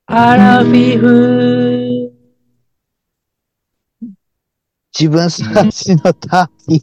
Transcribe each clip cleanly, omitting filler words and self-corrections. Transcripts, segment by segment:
アラフィフ。 自分探しの旅。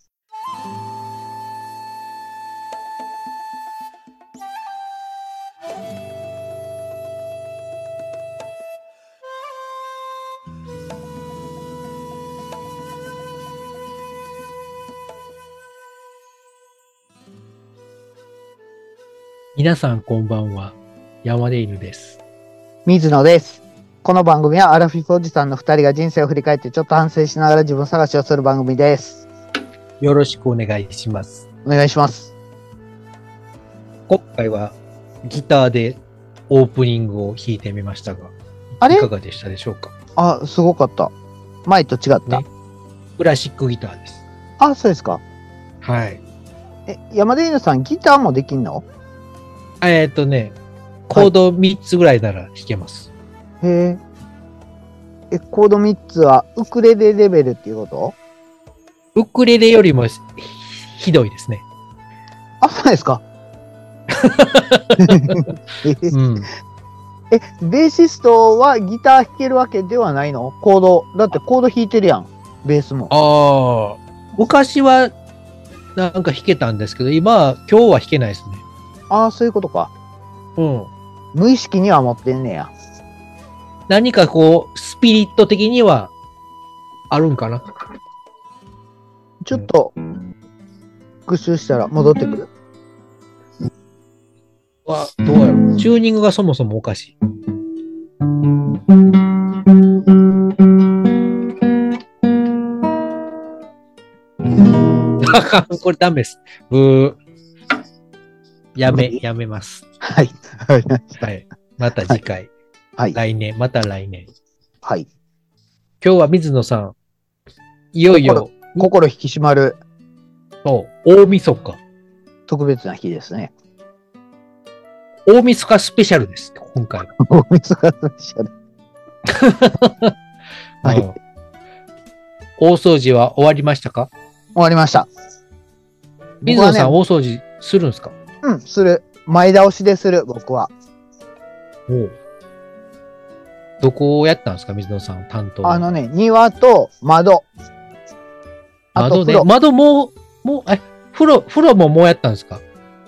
皆さんこんばんは。山根犬です。 水野です。この番組はアラフィフおじさんの2人が人生を振り返ってちょっと反省しながら自分探しをする番組です。 よろしくお願いします。 お願いします。 今回はギターでオープニングを弾いてみましたが、 あれいかがでしたでしょうか？ あ、すごかった。前と違った。 ね、クラシックギターです。 あ、そうですか。 はい。 山田犬さんギターもできんの？ コード3つぐらいなら弾けます。 へえ。コード3つはウクレレレベルっていうこと？ ウクレレよりもひどいですね。 あ、そうですか。 うん。 ベーシストはギター弾けるわけではないの？コード。だってコード弾いてるやん。ベースも。 ああ、昔はなんか弾けたんですけど、今日は弾けないですね。 ああ、そういうことか。 うん。 無意識には持ってんねや。 何かこう、スピリット的にはあるんかな。 ちょっと復習したら戻ってくる。 は、どうやろう。チューニングがそもそもおかしい。これダメです。ブー。やめます。 はい。 はい。また次回。 はい。 来年、また来年。 はい。 今日は水野さん、いよいよ、 心引き締まる大晦日。 特別な日ですね。 大晦日スペシャルです。今回。 大晦日スペシャル。はい。 大掃除は終わりましたか？ 終わりました。 水野さん、大掃除するんですか？ うん、する。前倒しでする、僕は。 どこをやったんですか、水野さん、担当。 庭と窓。 窓ね。窓もう、風呂ももうやったんですか？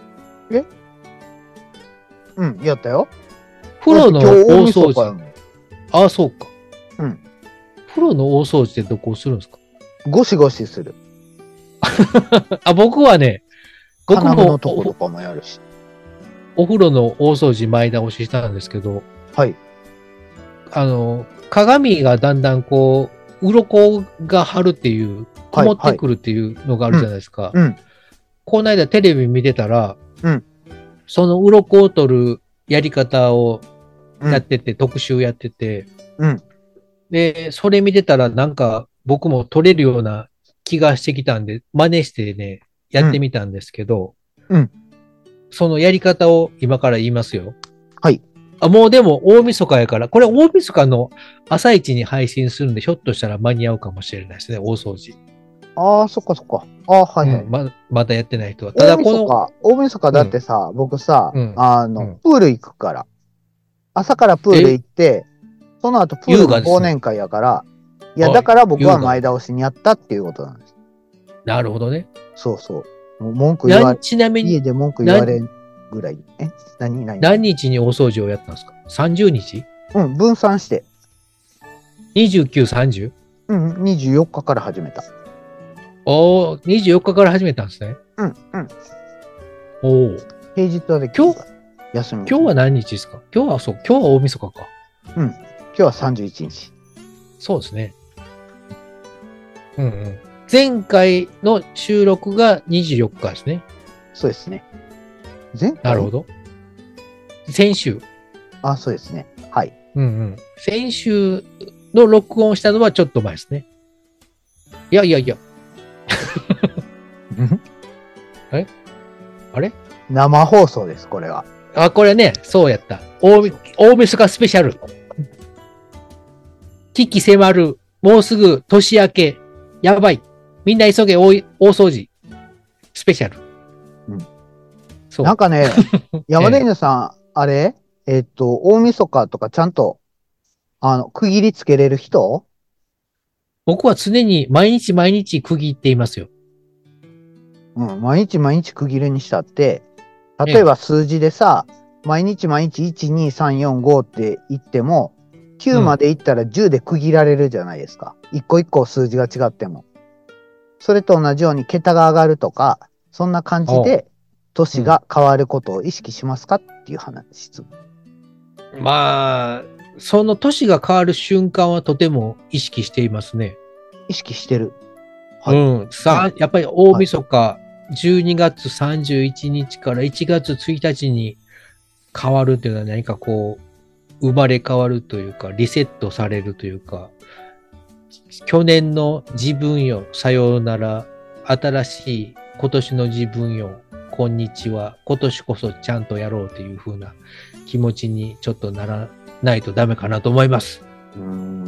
うん、やったよ。 風呂の大掃除。ああ、そうか。 うん。 風呂の大掃除ってどこをするんですか？ ゴシゴシする。 僕はね、 僕ものとことかもやるし。 お風呂の大掃除前倒ししたんですけど、 はい。 鏡がだんだんこう、鱗が張るっていう、こもってくるっていうのがあるじゃないですか。この間テレビ見てたら、その鱗を取るやり方をやってて、特集やってて、で、それ見てたらなんか僕も取れるような気がしてきたんで、真似してね、やってみたんですけど、そのやり方を今から言いますよ。 はい。 もうでも大晦日やから、これ大晦日の朝一に配信するんで、ひょっとしたら間に合うかもしれないですね、大掃除。 ああ、そっかそっか。ああ、はいはい。 まだやってない人は。ただ大晦日だってさ、僕さ、プール行くから。朝からプール行って、その後プールの忘年会やから、いや、だから僕は前倒しにやったっていうことなんです。 なるほどね。 そうそう。もう文句言われ、 ちなみに家で文句言われんぐらい。 何日に大掃除をやったんですか？ 30 日？ うん、分散して。 29、30？ うん、24日から始めた。 24日から始めたんですね。 平日はできるから。休み。 今日は何日ですか？今日は大晦日か。 今日は31日。 そうですね。前回の収録が24日ですね。 そうですね。前回？ なるほど。先週。 そうですね。はい。 先週の録音したのはちょっと前ですね。いや。あれ生放送です、これは。 これね、そうやった。大晦日スペシャル。危機迫る。もうすぐ年明け。やばい。みんな急げ大掃除。スペシャル。 なんかね、山田犬さん、あれ大晦日とかちゃんと、区切りつけれる人？ 僕は常に毎日毎日区切っていますよ。 うん、毎日毎日区切りにしたって、例えば数字でさ、毎日毎日1、2、3、4、5って言っても、9までいったら10で区切られるじゃないですか。一個一個数字が違っても。それと同じように桁が上がるとか、そんな感じで年が変わることを意識しますかっていう話。 まあ、その年が変わる瞬間はとても意識していますね。 意識してる。 はい。うん。やっぱり大晦日、12月31日から1月1日に変わるっていうのは何かこう、生まれ変わるというか、リセットされるというか、去年の自分よ、さようなら、新しい今年の自分よ、こんにちは、今年こそちゃんとやろうという風な気持ちにちょっとならないとダメかなと思います。 はい。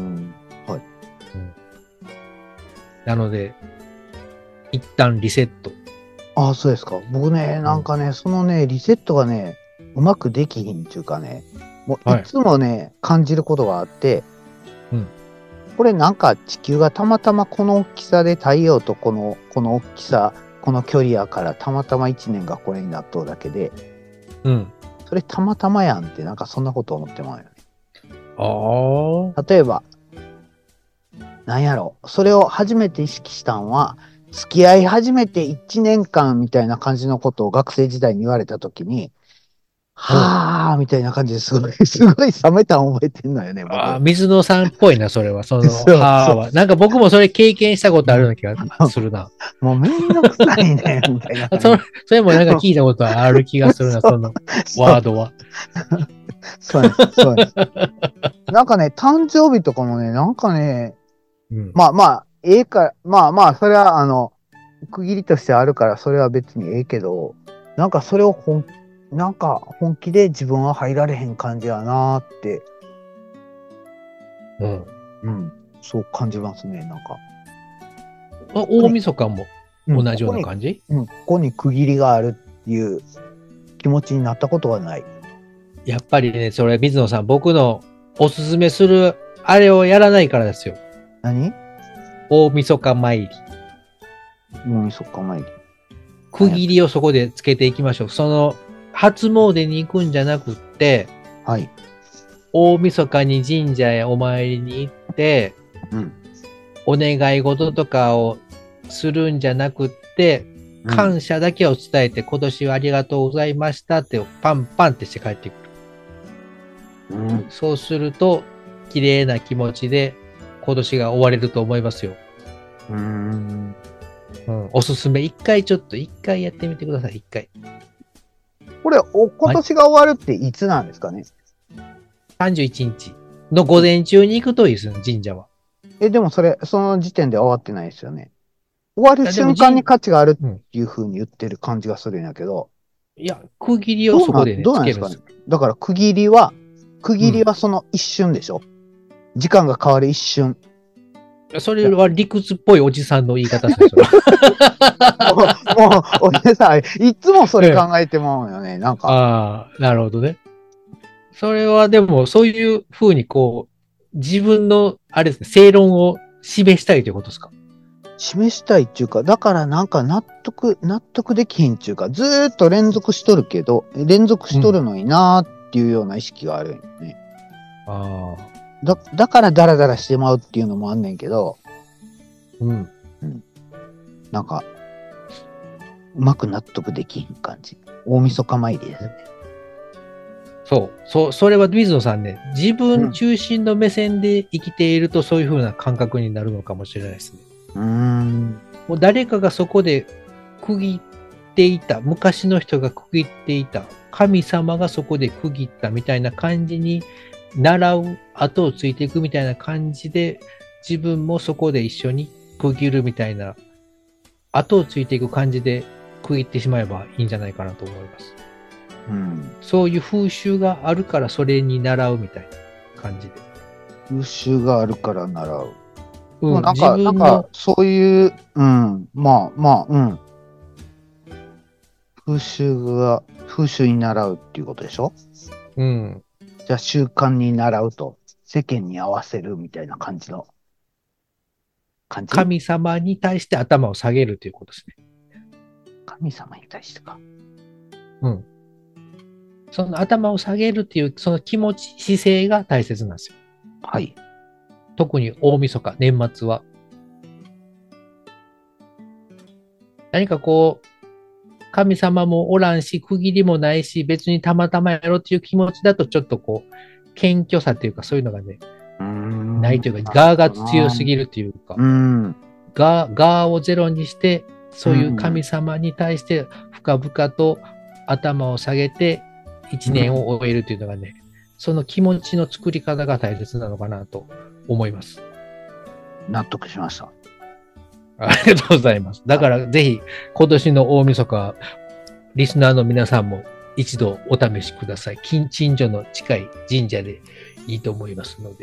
なので、一旦リセット。 ああ、そうですか。僕ね、なんかね、そのね、リセットがね、うまくできひんっていうかね、もういつもね、感じることがあって、これなんか地球がたまたまこの大きさで太陽とこの大きさ、この距離やからたまたま1年がこれになっとうだけで、それたまたまやんってなんかそんなこと思ってまうよね。例えば、なんやろ、それを初めて意識したんは、付き合い始めて1年間みたいな感じのことを学生時代に言われたときに、はぁーみたいな感じですごい冷めたん覚えてんのよね、僕。 水野さんっぽいな、それは。その、はぁは。なんか僕もそれ経験したことあるような気がするな。 もうめんどくさいね、みたいな。 それもなんか聞いたことある気がするな、そのワードは。 そうです、そうです。なんかね、誕生日とかもね、なんかね、まあ、それは、区切りとしてあるから、それは別にええけど、なんかそれをなんか本気で自分は入られへん感じやなーって。そう感じますね、なんか。 大晦日も同じような感じ？ ここに区切りがあるっていう気持ちになったことはない。 やっぱりね、それ、水野さん、僕のおすすめする、あれをやらないからですよ。 何？ 大晦日参り。 大晦日参り。 区切りをそこでつけていきましょう。その、初詣に行くんじゃなくって、大晦日に神社へお参りに行って、お願い事とかをするんじゃなくって、感謝だけを伝えて、今年はありがとうございましたってパンパンってして帰ってくる。そうすると、綺麗な気持ちで今年が終われると思いますよ。おすすめ、一回やってみてください、一回。 これ、今年が終わるっていつなんですかね？ 31日の午前中に行くといいですよ、神社は。 でもその時点で終わってないですよね。終わる瞬間に価値があるっていう風に言ってる感じがするんやけど。 いや、区切りをそこでね、 どうなんですかね。だから区切りはその一瞬でしょ。時間が変わる一瞬。 それは理屈っぽいおじさんの言い方ですよ。 もう、おじさん、いつもそれ考えてまうよね、なんか。 ああ、なるほどね。それはでも、そういうふうにこう、自分の、あれですね、正論を示したいということですか？ 示したいっていうか、だからなんか納得できひんっていうか、ずーっと連続しとるのになーっていうような意識があるんよね。だからダラダラしてまうっていうのもあんねんけど、なんか、うまく納得できひん感じ。大晦日参りですね。 それは水野さんね、自分中心の目線で生きているとそういう風な感覚になるのかもしれないですね。もう誰かがそこで区切っていた、昔の人が区切っていた、神様がそこで区切ったみたいな感じに習う、後をついていくみたいな感じで、自分もそこで一緒に区切るみたいな、後をついていく感じで区切ってしまえばいいんじゃないかなと思います。そういう風習があるからそれに習うみたいな感じで。 風習があるから習う。なんか、そういう、風習に習うっていうことでしょ？ じゃあ習慣に習うと、世間に合わせるみたいな感じの感じ。 神様に対して頭を下げるということですね。 神様に対してか。 うん。その頭を下げるっていう、その気持ち、姿勢が大切なんですよ。 はい。 特に大晦日、年末は。何かこう、神様もおらんし、区切りもないし、別にたまたまやろうっていう気持ちだと、ちょっとこう、謙虚さというか、そういうのがね、ないというか、我が強すぎるというか、我をゼロにして、そういう神様に対して深々と頭を下げて一年を終えるというのがね、その気持ちの作り方が大切なのかなと思います。 納得しました。 ありがとうございます。だからぜひ今年の大晦日、リスナーの皆さんも一度お試しください。近所の近い神社でいいと思いますので。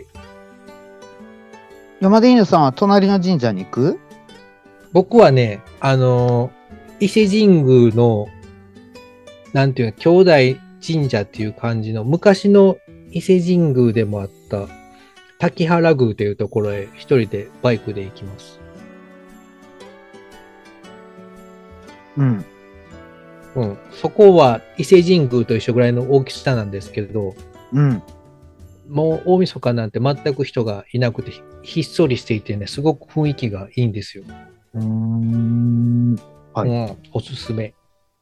山田犬さんは隣の神社に行く？ 僕はね、伊勢神宮の、なんていうか、兄弟神社っていう感じの、昔の伊勢神宮でもあった、滝原宮というところへ一人でバイクで行きます。うん。うん。そこは伊勢神宮と一緒ぐらいの大きさなんですけど、うん。もう大晦日なんて全く人がいなくて、ひっそりしていてね、すごく雰囲気がいいんですよ。はい。うん、おすすめ。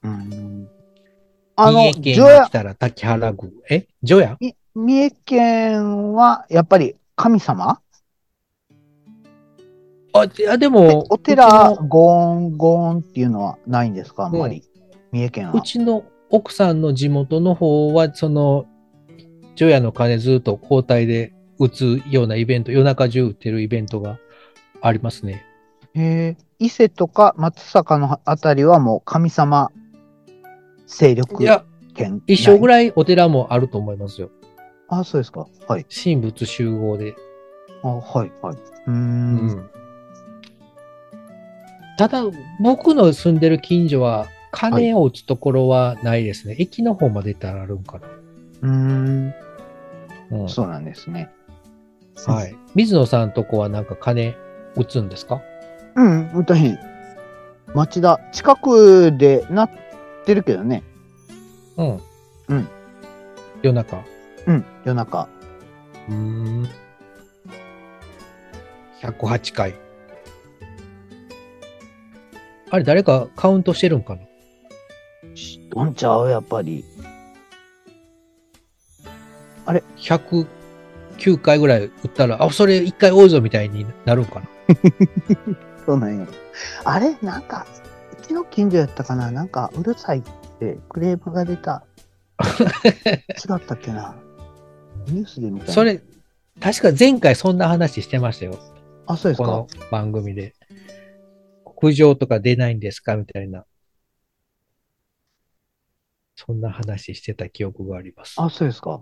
三重県に来たら滝原宮。除夜？ 三重県はやっぱり神様？ でも、 お寺、ゴーンっていうのはないんですか、あんまり。三重県は。 うちの奥さんの地元の方は、その、除夜の鐘ずっと交代で打つようなイベント、夜中中打ってるイベントがありますね。 伊勢とか松阪のあたりはもう神様勢力圏。一緒ぐらいお寺もあると思いますよ。 あ、そうですか。はい。 神仏集合で。 はい、はい。 ただ、僕の住んでる近所は、鐘を打つところはないですね。駅の方まで行ったらあるんかな。 そうなんですね。 はい。水野さんとこはなんか鐘打つんですか？ 打たへん。町田、近くでなってるけどね。 夜中。 夜中。 108回。あれ、誰かカウントしてるんかな？ どんちゃう、やっぱり。あれ ?109 回ぐらい打ったら、それ1回多いぞみたいになるんかな？ そうなんや。あれなんか、うちの近所やったかな、なんか、うるさいってクレームが出た。違ったっけな。ニュースで見た。 それ、確か前回そんな話してましたよ。 あ、そうですか。 この番組で。苦情とか出ないんですかみたいな。そんな話してた記憶があります。 あ、そうですか。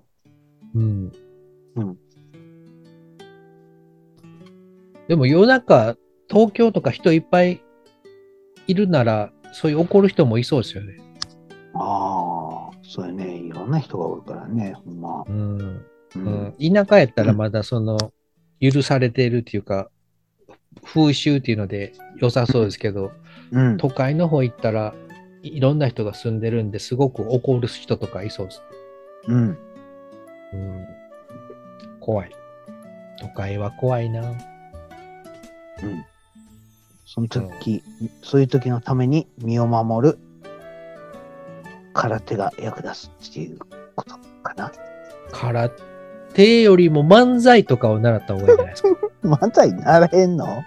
でも夜中、東京とか人いっぱいいるなら、そういう怒る人もいそうですよね。 ああ、そうやね。いろんな人がおるからね、ほんま。 田舎やったらまだその、許されているっていうか、風習っていうので良さそうですけど、都会の方行ったらいろんな人が住んでるんですごく怒る人とかいそうですね。怖い。都会は怖いな。 その時、そういう時のために身を守る空手が役立つっていうことかな。 空手よりも漫才とかを習った方がいいんじゃないですか。 漫才習えんの？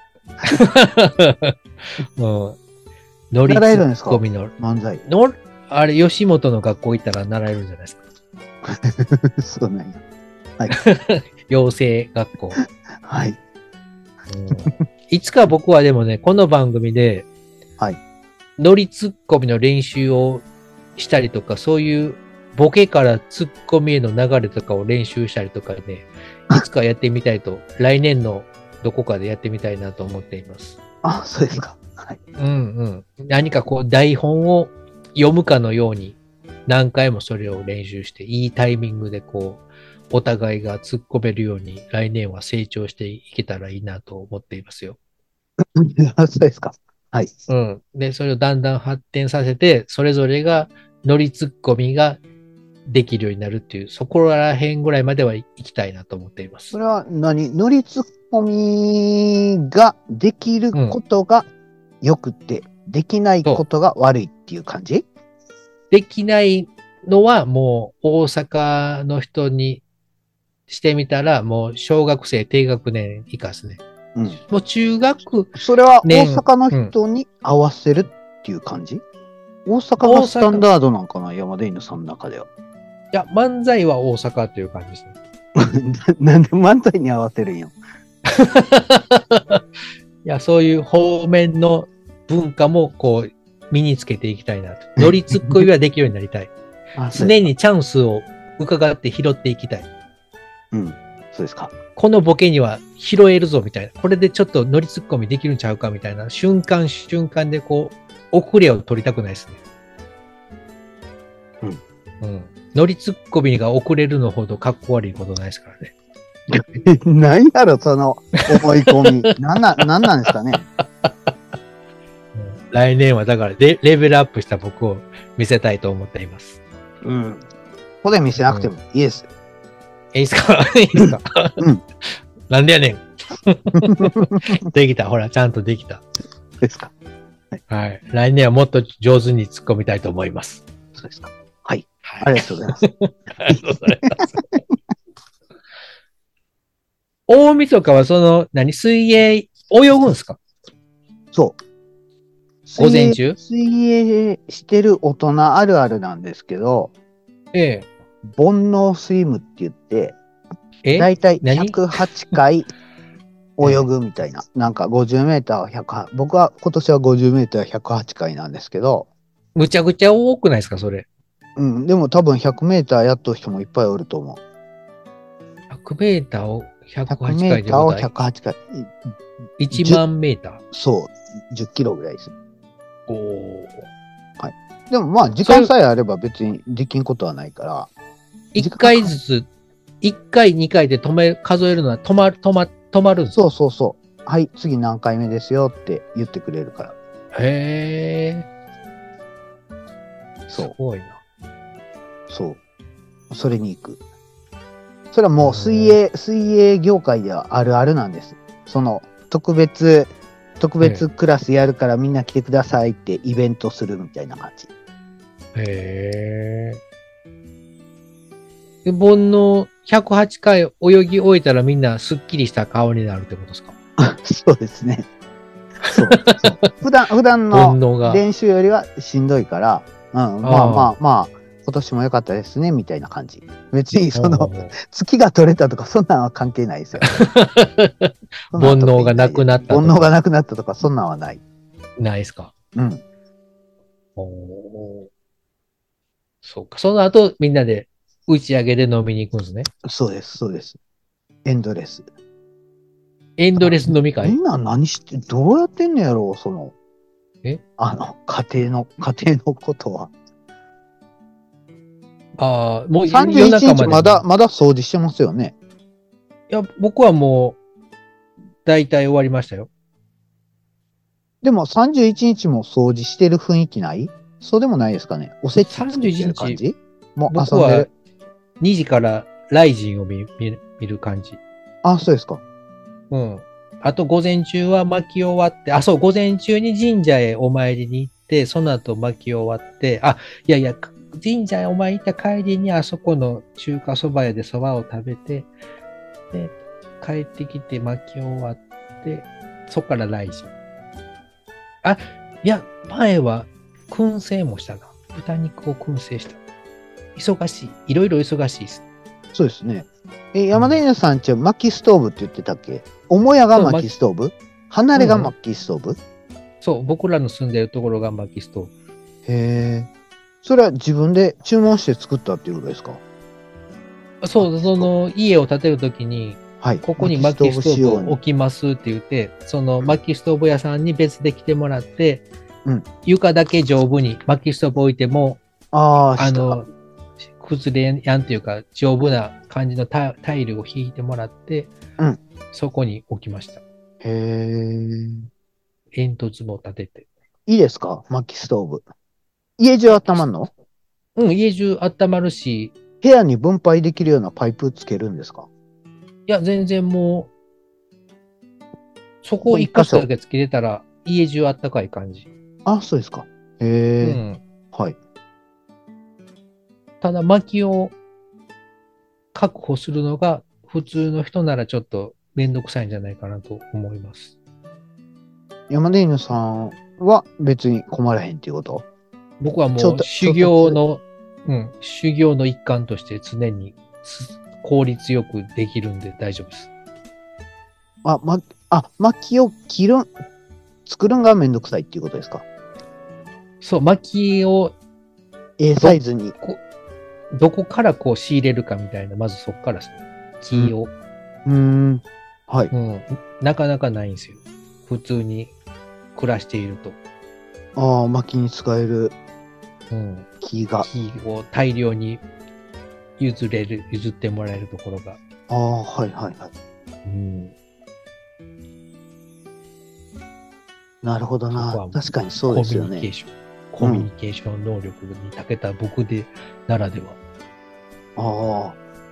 ノリツッコミの漫才。 あれ、吉本の学校行ったら習えるんじゃないですか。そうなんや。はい。 養成学校。 はい。 いつか僕はでもね、この番組で、ノリツッコミの練習をしたりとか、そういうボケからツッコミへの流れとかを練習したりとかね、いつかやってみたいと、来年のどこかでやってみたいなと思っています。 あ、そうですか。はい。 何かこう台本を読むかのように何回もそれを練習して、いいタイミングでこう、 お互いが突っ込めるように来年は成長していけたらいいなと思っていますよ。 そうですか。はい。 うん。で、それをだんだん発展させて、それぞれが乗り突っ込みができるようになるっていう、そこら辺ぐらいまでは行きたいなと思っています。 それは乗り突っ込みができることが良くて、できないことが悪いっていう感じ？ できないのはもう大阪の人にしてみたら、もう小学生低学年以下ですね。 うん。 もう中学年。 それは大阪の人に合わせるっていう感じ？大阪がスタンダードなんかな、山田犬さんの中では。 いや、漫才は大阪っていう感じですね。 なんで漫才に合わせるんよ。 いや、そういう方面の文化もこう身につけていきたいなと。乗りツッコミはできるようになりたい。常にチャンスを伺って拾っていきたい。 うん。そうですか。 このボケには拾えるぞみたいな。これでちょっと乗りツッコミできるんちゃうかみたいな瞬間瞬間でこう、遅れを取りたくないですね。うん。うん。乗りツッコミが遅れるのほどかっこ悪いことないですからね。 何やろ、その思い込み。なんなんですかね。 来年はだからレベルアップした僕を見せたいと思っています。 うん。ここで見せなくてもいいです。 いいですかいいですかうん。 なんでやねん。できた。ほら、ちゃんとできた。 ですか。 はい。来年はもっと上手に突っ込みたいと思います。 そうですか。はい。ありがとうございます。 ありがとうございます。大晦日は水泳、泳ぐんですか？ そう。 午前中？ 水泳してる大人あるあるなんですけど、 ええ。 煩悩スイムって言って、だいたい108回泳ぐみたいな。なんか50メーター108、僕は今年は50メーター108回なんですけど。 むちゃくちゃ多くないですか、それ。 うん、でも多分100メーターやっとる人もいっぱいおると思う。 100メーターを108回で 100メーターを108回。 1万メーター。 そう、10キロぐらいです。 おー。 はい。でもまあ、時間さえあれば別にできんことはないから。 1回ずつ、1回、2回で数えるのは止まるんですか？ そう。はい、次何回目ですよって言ってくれるから。 へー。 そう。 すごいな。 そう。それに行く。それはもう水泳業界ではあるあるなんです。その特別クラスやるからみんな来てくださいってイベントするみたいな感じ。 へー。煩悩108回泳ぎ終えたらみんなスッキリした顔になるってことですか？ そうですね。そう。普段の練習よりはしんどいから、うん、まあ、今年も良かったですね、みたいな感じ。別に月が取れたとか、そんなんは関係ないですよ。 煩悩がなくなったとか。 煩悩がなくなったとか、そんなんはない。 ないですか？ うん。 そうか。その後、みんなで打ち上げで飲みに行くんですね。 そうです。エンドレス。 エンドレス飲み会？ みんなどうやってんのやろう、家庭のことは。 ああ、もう 31日まだ掃除してますよね。 いや、僕はもう、大体終わりましたよ。 でも31日も掃除してる雰囲気ない？そうでもないですかね。おせち作ってる感じ？もう遊んでる。 2時からライジンを見る感じ。 あ、そうですか。 うん。あと午前中は巻き終わって、午前中に神社へお参りに行って、その後巻き終わって、いや、神社へお参り行った帰りにあそこの中華そば屋でそばを食べて、で、帰ってきて巻き終わって、そこから来週。いや、前は燻製もしたな。豚肉を燻製した。忙しい。いろいろ忙しいです。 そうですね。山田稲さんちは薪ストーブって言ってたっけ？母屋が薪ストーブ？離れが薪ストーブ？ そう、僕らの住んでるところが薪ストーブ。 へえ。それは自分で注文して作ったっていうことですか？ そう、家を建てるときに、ここに薪ストーブを置きますって言って、その薪ストーブ屋さんに別で来てもらって、 崩れやんというか、丈夫な感じのタイルを引いてもらって、 うん、 そこに置きました。 へえ。 煙突も立てて。 いいですか薪ストーブ。家中温まんの？ うん、家中温まるし、 部屋に分配できるようなパイプつけるんですか？ いや、全然もう、そこもを一う一箇所。 箇所だけつけれたら、家中あったかい感じ。 あ、そうですか。へえ。 うん。 はい。 ただ、薪を確保するのが、普通の人ならちょっとめんどくさいんじゃないかなと思います。 山田犬さんは別に困らへんっていうこと？ 僕はもう修調達。 修行の一環として常に効率よくできるんで大丈夫です。 あ、薪を作るんがめんどくさいっていうことですか？ そう、薪をサイズに。 どこからこう仕入れるかみたいな、まずそこからですね。木を。 はい。 うん。なかなかないんですよ。普通に暮らしていると。 ああ、薪に使えるうん。 木が。 木を大量に譲ってもらえるところが。 ああ、はいはいはい。 うん。 なるほどな。 そこは確かにそうですよね。 コミュニケーション能力に長けた僕ならでは。 あ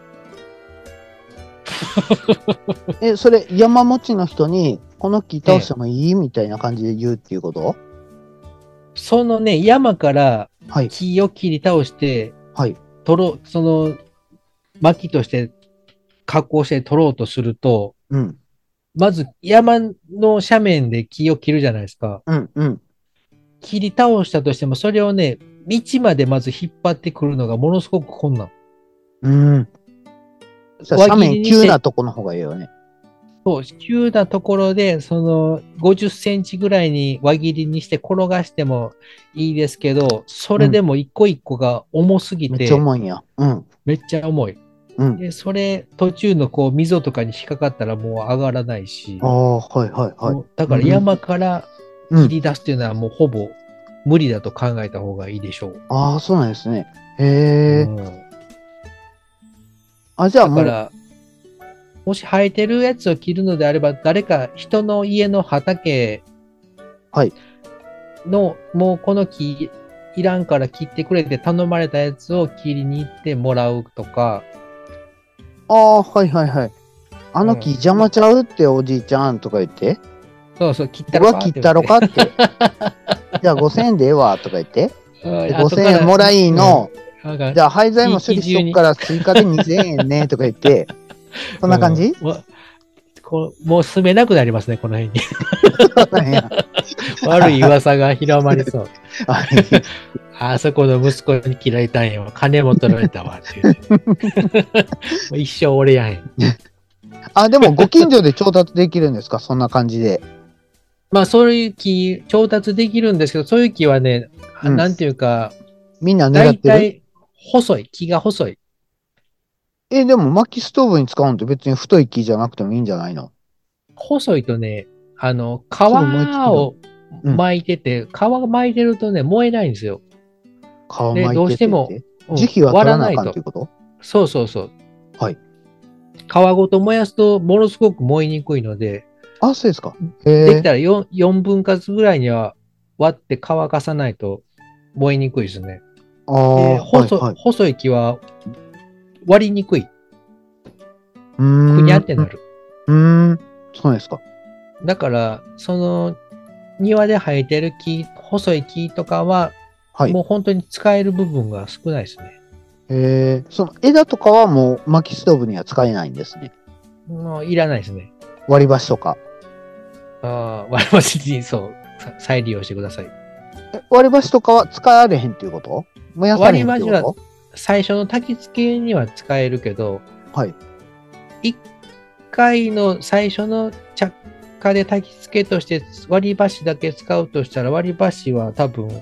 あ。それ、山持ちの人に、この木倒してもいいみたいな感じで言うっていうこと？ そのね、山からはい。 木を切り倒して、 はい。 その、薪として加工して取ろうとすると、 うん。 まず山の斜面で木を切るじゃないですか。 うん。うん。 切り倒したとしても、それをね、道までまず引っ張ってくるのがものすごく困難。 うん。斜面急なとこの方がいいよね。 そう、急なところで、その50センチぐらいに輪切りにして転がしてもいいですけど、それでも一個一個が重すぎめっちゃて、 重いんや。うん。 めっちゃ重い。 うん。 で、それ途中のこう溝とかに引っかかったらもう上がらないし、 ああ、はいはいはい。 もうだから山からうん。 切り出すっていうのはもうほぼ無理だと考えた方がいいでしょう。 ああ、そうなんですね。へえ。 うん、 あ、じゃあもう、 だから、もし生えてるやつを切るのであれば、誰か人の家の畑はい。 の、もうこの木いらんから切ってくれて頼まれたやつを切りに行ってもらうとか、 ああ、はいはいはい。あの木邪魔ちゃうっておじいちゃんとか言って、 そうそう、切った僕は切ったろかって言って。 ろかって。じゃあ5000円でええわとか言って。で5000 後から、 円もらいの、じゃあ廃材も処地域中に、 理しとくから追加で2000円ねとか言って、そんな感じ？ もう住めなくなりますね、この辺に。 そうなんや。 悪い噂が広まりそう。 はい。 あそこの息子に切られたんよ。金も取られたわ。っていうもう一生俺やへん。 あ、でもご近所で調達できるんですか？そんな感じで。 まあ、そういう木、調達できるんですけど、そういう木はね、なんていうか、 みんな狙だいってる？ たい木が細い。 でも薪ストーブに使うのって別に太い木じゃなくてもいいんじゃないの？ 細いとね、皮すぐ燃え尽きる。 をうん。 巻いてて、皮が巻いてるとね、燃えないんですよ。 皮で、 巻いどうしても、 ててって。時期は取らなあ割らないと。 かんということ？ そうそうそう。 はい。 皮ごと燃やすと、ものすごく燃えにくいので、 あ、そうですか。へえ。 できたら4分割ぐらいには割って乾かさないと燃えにくいですね。 ああ、 で、 はいはい。 細い木は割りにくい。 うーくにゃん。 ってなる。 そうですか。 だから、その庭で生えてる木、細い木とかは、 はい。 もう本当に使える部分が少ないですね。 その枝とかはもう薪ストーブには使えないんですね。 もういらないですね。 割り箸とか。 割り箸に再利用してください。 割り箸とかは使われへんっていうこと？燃やされへんっていう割り箸はこ最初の焚き付けには使えるけど、 と？はい。 一回の最初の着火で焚き付けとして割り箸だけ使うとしたら、割り箸は多分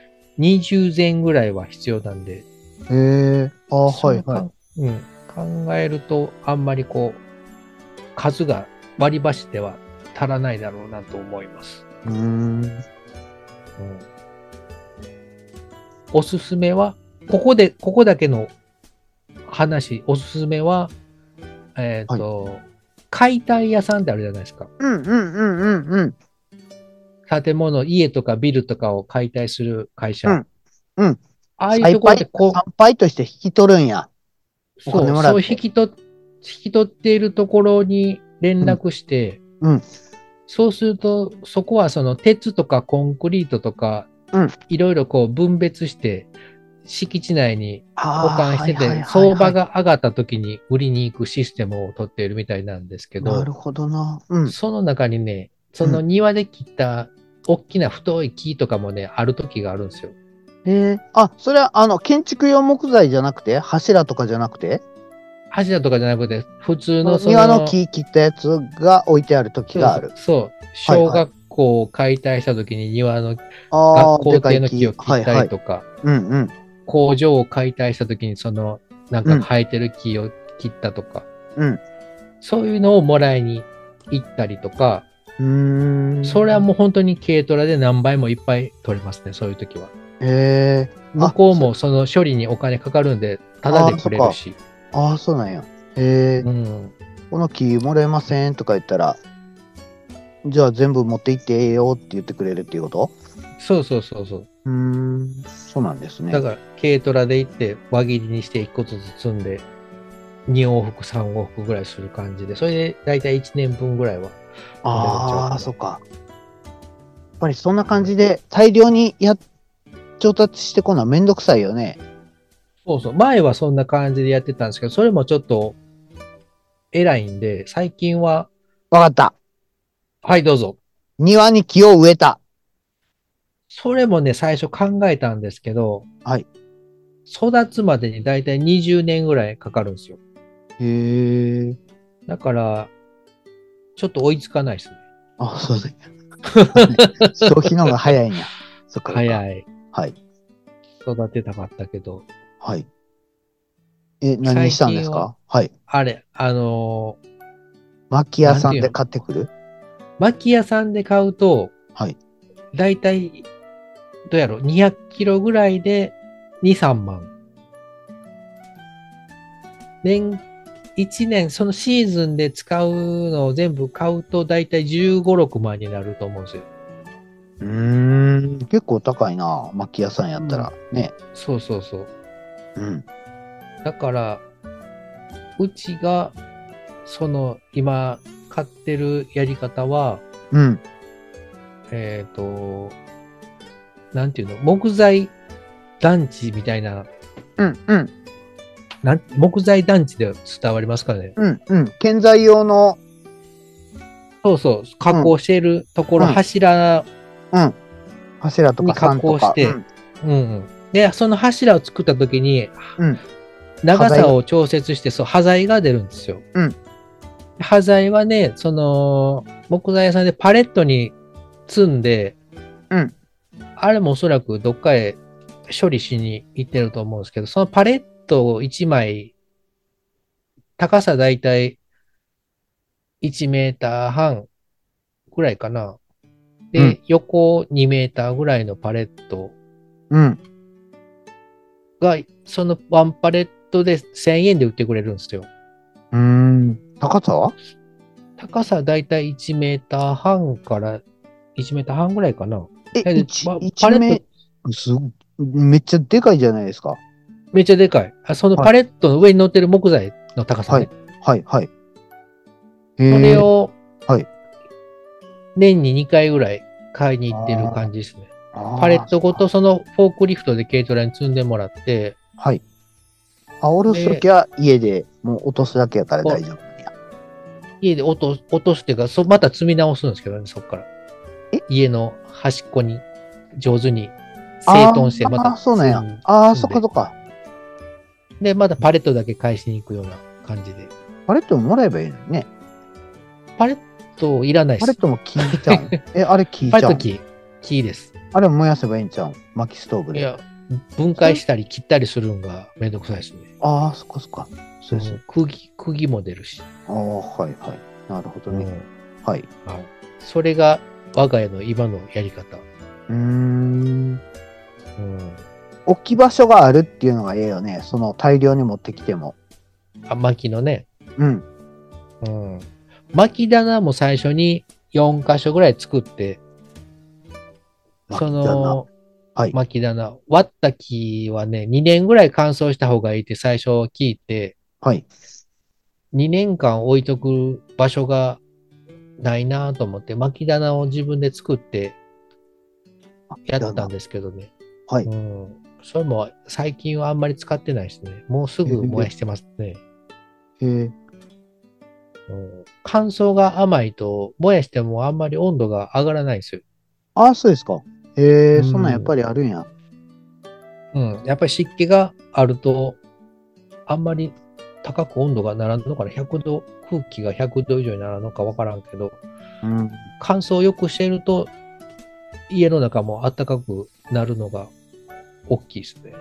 20前ぐらいは必要なんで、 はいはい。 うん、考えるとあんまりこう、数が割り箸では足らないだろうなと思います。 うーん。 うん、おすすめは、ここだけのおすすめは、 はい解体屋さんってあるじゃないですか。 うんうんうんうんうん。 建物、家とかビルとかを解体する会社。 うんうん。 ああいうところで参拝として引き取るんや。お金もらそうって。 引き取っているところに連うん絡して、 うん。 そうすると、そこはその鉄とかコンクリートとか、 うん。 いろいろこう分別して、敷地内に保ああ、 管してて、 はいはいはいはい。 相場が上がった時に売りに行くシステムを取っているみたいなんですけど、 なるほどな。うん。 その中にね、そのうん。 庭で切った大きな太い木とかもね、ある時があるんですよ。 あ、それは、建築用木材じゃなくて、柱とかじゃなくて、 柱とかじゃなくて、普通のその庭の木切ったやつが置いてある時がある。 小はいはい。 学校を解体した時に庭のああ、で校庭の木かい木。 を切ったはいはい。 りとか、 うんうん。 工場を解体した時にそのなんかうん。 生えてる木を切ったとか、 うん。 そういうのをもらいに行ったりとか、 うーん。 それはもう本当に軽トラで何倍もいっぱい取れますね、そういう時は。向あ、 こうもその処理にお金かかるんで、タダでそっか。 くれるし。 そうなんや。へえ、 うん。 この木もらえませんとか言ったら、じゃあ全部持って行ってええよって言ってくれるっていうこと？ そうそうそうそう。 そうなんですね。 だから軽トラで行って輪切りにして1個ずつ積んで、2往復、3往復ぐらいする感じで、それで大体1年分ぐらいは取れるんちゃうかな。 そっか。やっぱりそんな感じで大量に調達してこなめんどくさいよね。 そうそう。前はそんな感じでやってたんですけど、それもちょっと偉いんで、最近は、 わかった。 はい、どうぞ。 庭に木を植えた。 それもね、最初考えたんですけど、 はい。 育つまでに大体20年ぐらいかかるんですよ。 へえ。 だから、ちょっと追いつかないですね。 そうだね。消費の方が早いんや。そっかそっか。 早い。 はい。 育てたかったけど、 はい。何最したんで近は、 すか？はい。 あれ、 薪屋さんでなんていうの、 買ってくる？ 薪屋さんで買うと、 はい。 だいたい、どうやろ、200キロぐらいで2、3万。1年、そのシーズンで使うのを全部買うと、だいたい15、6万になると思うんですよ。 結構高いな。薪屋さんやったうん。 ら。ね。 そうそうそう。 うん。 だから、うちが、今、買ってるやり方は、 うん。 えっと、なんていうの、木材団地みたいな、 うん。うん。 木材団地で伝わりますかね。 うん。うん。建材用の、 そうそう、加うん。 工しているところ、 うん。 柱うん。柱とかに加山とか。う工して、 ん。 うんうん。で、その柱を作った時に、 うん。端材が。 長さを調節して、そう、端材が出るんですよ。 うん。 端材はね、木材屋さんでパレットに積んで、 うん。 あれもおそらくどっかへ処理しに行ってると思うんですけど、そのパレット1枚、高さだいたい1メーター半ぐらいかな。 うん。 で、横2メーターぐらいのパレットうん。 が、そのワンパレットで1000円で売ってくれるんですよ。 高さは？ 高さだいたい1メーター半から1メーター半ぐらいかな。 1 パレットメ、めっちゃでかいじゃないですか。 めっちゃでかい。そのはい。 パレットの上に乗ってる木材の高さはい。 ね。 はい。はい。 そへえ。 れをはい。 年に2回ぐらい買いに行ってるあ感じですね。パレットごとそっか。 そのフォークリフトで軽トラに積んでもらって、 はい。下ろすとで、 きは家でもう落とすだけやから大丈夫なんや。 家で落としてか、また積み直すんですけどね、そこから。 え家の端っこに上手に整頓して、またそうなんや。そっか積んで。 そっか。 で、またパレットだけ返しに行くような感じで。 パレットももらえばいいのにね。 パレットいらないです。 パレットも木ちゃうん？あれ木ちゃうん？ パレット木です。 あれ燃やせばいいんちゃうん？薪ストーブで。 いや、分解したり切ったりするのがめんどくさいですね。 そっかそっか。そうです。 釘も出るし。 はいはい。なるほどね。 うん、 はい。 はい。それが我が家の今のやり方。 うーん。 うん、 置き場所があるっていうのがええよね。その大量に持ってきても。 薪のね。 うん。 うん。薪棚も最初に4箇所ぐらい作って、その、 はい、 薪棚、割った木はね、2年ぐらい乾燥した方がいいって最初聞いて、 はい。 2年間置いとく場所がないなと思って、薪棚を自分で作ってやったんですけどね。 はい。 うん。それも最近はあんまり使ってないですね。もうすぐ燃やしてますね。 へえ。 乾燥が甘いと、燃やしてもあんまり温度が上がらないんですよ。 ああ、そうですか。へえ、そんなんやっぱりあるんや。 うん。やっぱり湿気があると、あんまり高く温度がならんのかな。100度、空気が100度以上にならんのかわからんけど、 うん。 乾燥をよくしていると、家の中も暖かくなるのが大きいですね。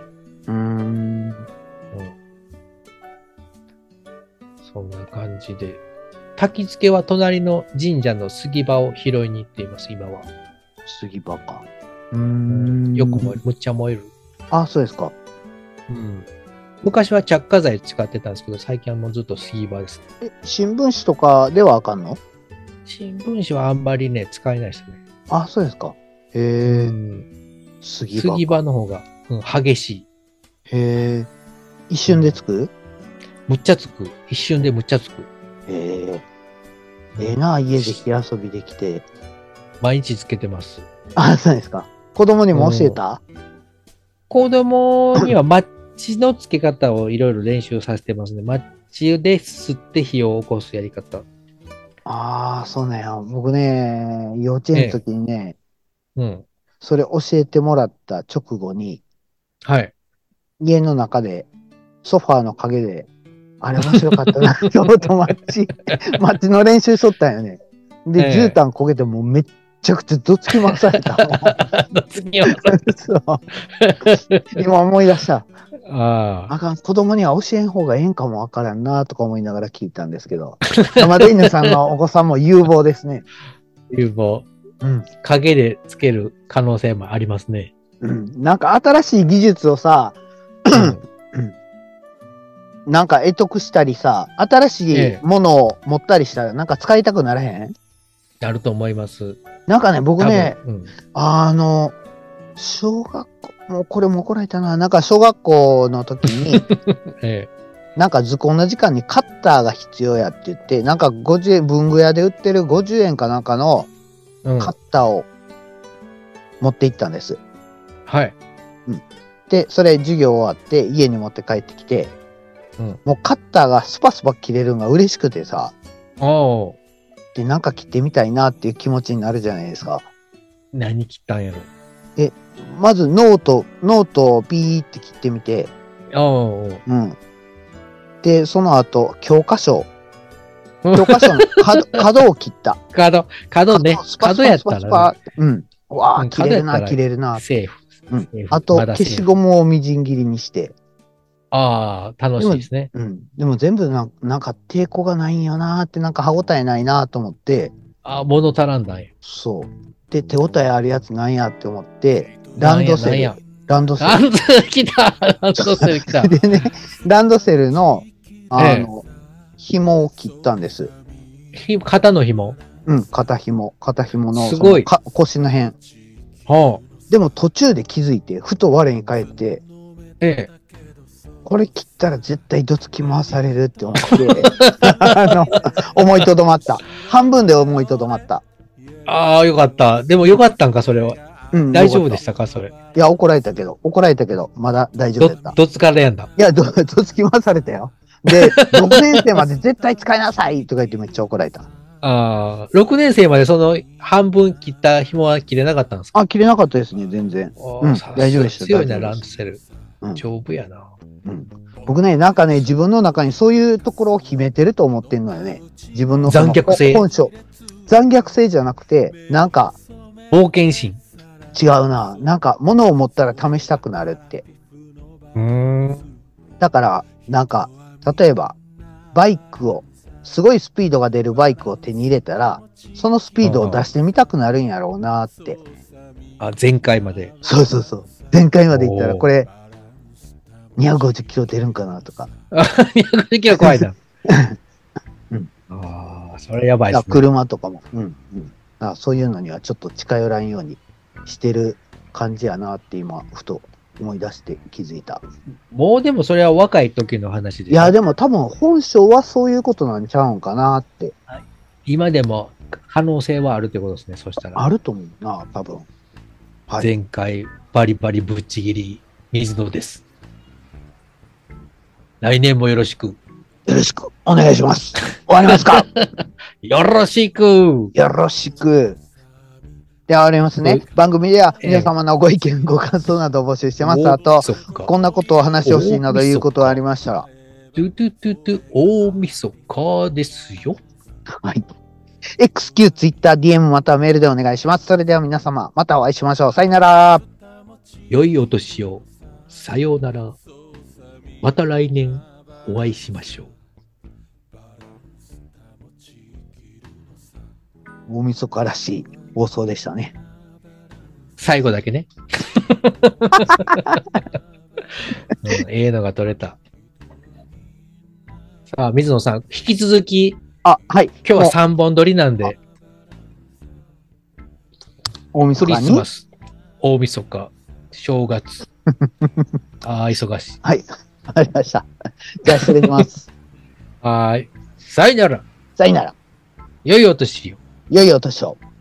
そんな感じで。焚き付けは隣の神社の杉場を拾いに行っています、今は。 杉場か。 よく燃える。むっちゃ燃える。 あ、そうですか。 昔は着火剤使ってたんですけど、最近はもうずっと杉場です、 ね。新聞紙とかではあかんの？ 新聞紙はあんまりね、使えないですね。 あ、そうですか。へえ。 杉場の方が、激しい。 へえ。一瞬でつく？ むっちゃつく。一瞬でむっちゃつく。 へえ。ええな、家で火遊びできて。 毎日つけてます。 あ、そうですか。子供にも教えた？ 子供にはマッチのつけ方をいろいろ練習させてますね。マッチで吸って火を起こすやり方。 ああ、そうね。僕ね、幼稚園の時にね、それ教えてもらった直後に、 はい。 家の中で、ソファーの陰で、あれ面白かったな、ちょうどマッチの練習しとったんよね。で、絨毯焦げてもうめっちゃくちゃどつき回された。 どつき回された。 そう。今思い出した。 あかん、子供には教えん方がええんかもわからんなとか思いながら聞いたんですけど。山田犬さんのお子さんも有望ですね。 有望。影でつける可能性もありますね。 なんか新しい技術をさ、なんか得得したりさ、新しいものを持ったりしたら、なんか使いたくならへん？ なると思います。 なんかね、僕ね、小学校、もうこれも怒られたな。なんか小学校の時に、なんか図工の時間にカッターが必要やって言って、なんか50円、文具屋で売ってる50円かなんかのカッターを持って行ったんです。 はい。 で、それ授業終わって家に持って帰ってきて、もうカッターがスパスパ切れるのが嬉しくてさ、で、なんか切ってみたいなっていう気持ちになるじゃないですか。 何切ったんやろ？ まずノートをピーって切ってみて、で、その後、教科書の角を切った。 角ね。角やったら、 わあ、切れるな、切れるな。 セーフ。 あと、消しゴムをみじん切りにして。 ああ、楽しいですね。 でも全部なんか抵抗がないんやなーって、なんか歯応えないなと思って。 物足らんだんや。 そう。で、手応えあるやつなんやって思って、ランドセル。 ランドセル来た。 でね、ランドセルの、紐を切ったんです。 肩の紐？ 肩紐の、 すごい。 腰の辺。でも途中で気づいて、ふと我に返って、これ切ったら絶対どつき回されるって思って、思いとどまった。半分で思いとどまった。 ああ、よかった。でもよかったんか、それは。大丈夫でしたか、それ。 いや、怒られたけど、まだ大丈夫だった。 どつかれやんだ。 いや、どつき回されたよ。で、6年生まで絶対使いなさいとか言ってめっちゃ怒られた。 ああ、6年生までその半分切った紐は切れなかったんですか？ 切れなかったですね、全然。大丈夫でした。 強いな、ランドセル。丈夫やな。 僕ね、なんかね、自分の中にそういうところを秘めてると思ってんのよね。自分の残虐性。 本性。残虐性じゃなくて、なんか、 冒険心。 違うな。なんか、物を持ったら試したくなるって。だから、なんか、例えば、すごいスピードが出るバイクを手に入れたら、そのスピードを出してみたくなるんやろうなって。 全開まで。 そう。 前回まで行ったらこれ、250キロ出るんかなとか。 250キロ怖いな。うん、ああ、それやばいですね。 車とかも。そういうのにはちょっと近寄らんようにしてる感じやなって今、ふと思い出して気づいた。 もうでもそれは若い時の話で。 いや、でも多分本性はそういうことなんちゃうんかなって。 今でも可能性はあるってことですね、そしたら。 あると思うな、多分。 はい、前回、バリバリぶっちぎり、水野です。来年もよろしく。 よろしくお願いします。終わりますかよろしく。 よろしく。ではありますね。番組では皆様のご意見、ご感想などを募集してます。あと、こんなことを話してほしいなどいうことがありましたら。 大晦日ですよ。 はい。XQ、Twitter、DM またはメールでお願いします。それでは皆様、またお会いしましょう。さよなら。 良いお年を。さようなら。また来年お会いしましょう。 大晦日らしい放送でしたね。 最後だけね。ええのが取れた。さあ、水野さん、引き続き、 はい。 今日は3本撮りなんで、 大晦日にクリスマス、大晦日、正月。忙しい。 はい。わかりました。じゃあ失礼します。 はい。さよなら。 さよなら。 良いお年を。 良いお年を。